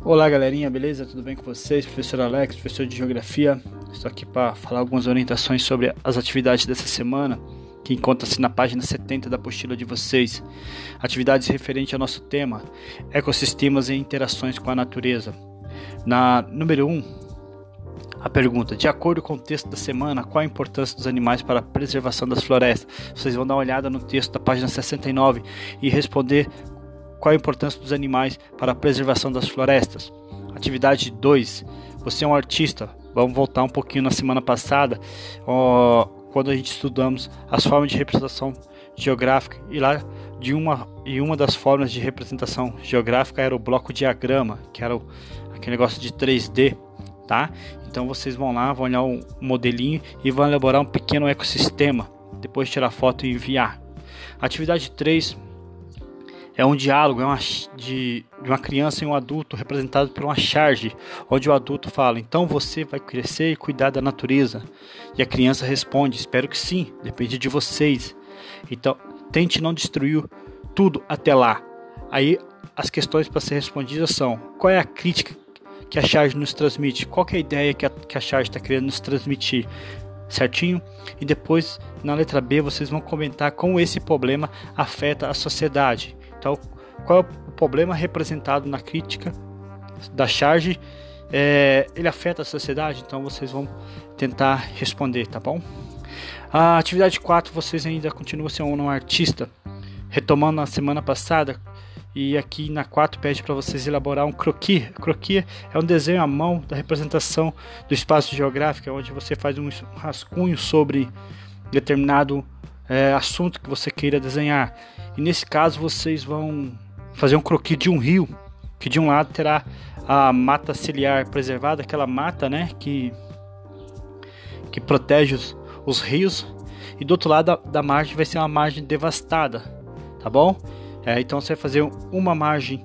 Olá galerinha, beleza? Tudo bem com vocês? Professor Alex, professor de Geografia. Estou aqui para falar algumas orientações sobre as atividades dessa semana, que encontra-se na página 70 da apostila de vocês. Atividades referentes ao nosso tema, ecossistemas e interações com a natureza. Na número 1, a pergunta: de acordo com o texto da semana, qual a importância dos animais para a preservação das florestas? Vocês vão dar uma olhada no texto da página 69 e responder qual a importância dos animais para a preservação das florestas. Atividade 2. Você é um artista. Vamos voltar um pouquinho na semana passada, quando a gente estudamos as formas de representação geográfica, e lá uma das formas de representação geográfica era o bloco diagrama, que era aquele negócio de 3D, tá? Então vocês vão lá, vão olhar um modelinho e vão elaborar um pequeno ecossistema, depois tirar foto e enviar. Atividade 3 é um diálogo de uma criança e um adulto representado por uma charge, onde o adulto fala: então você vai crescer e cuidar da natureza? E a criança responde: espero que sim, depende de vocês. Então, tente não destruir tudo até lá. Aí, as questões para ser respondidas são: qual é a crítica que a charge nos transmite? Qual que é a ideia que a charge está querendo nos transmitir? Certinho? E depois, na letra B, vocês vão comentar como esse problema afeta a sociedade. Então, qual é o problema representado na crítica da charge? Ele afeta a sociedade? Então, vocês vão tentar responder, tá bom? A atividade 4, vocês ainda continuam sendo um artista, retomando na semana passada, e aqui na 4 pede para vocês elaborar um croquis. Croquis é um desenho à mão da representação do espaço geográfico, onde você faz um rascunho sobre determinado assunto que você queira desenhar. E nesse caso vocês vão fazer um croquis de um rio, que de um lado terá a mata ciliar preservada, aquela mata, né, que protege os rios, e do outro lado da margem vai ser uma margem devastada, tá bom? Então você vai fazer uma margem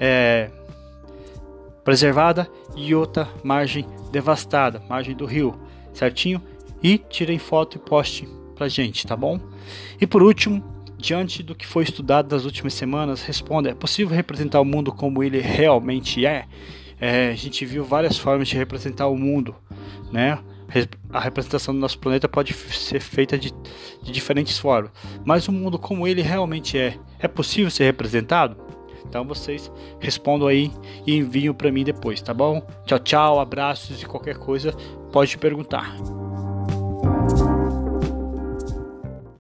preservada e outra margem devastada, margem do rio, certinho? E tirem foto e poste pra gente, tá bom? E por último, diante do que foi estudado nas últimas semanas, responda: é possível representar o mundo como ele realmente é? A gente viu várias formas de representar o mundo, né? A representação do nosso planeta pode ser feita de diferentes formas, mas o mundo como ele realmente é possível ser representado? Então vocês respondam aí e enviam para mim depois, tá bom? Tchau, tchau, abraços, e qualquer coisa pode perguntar.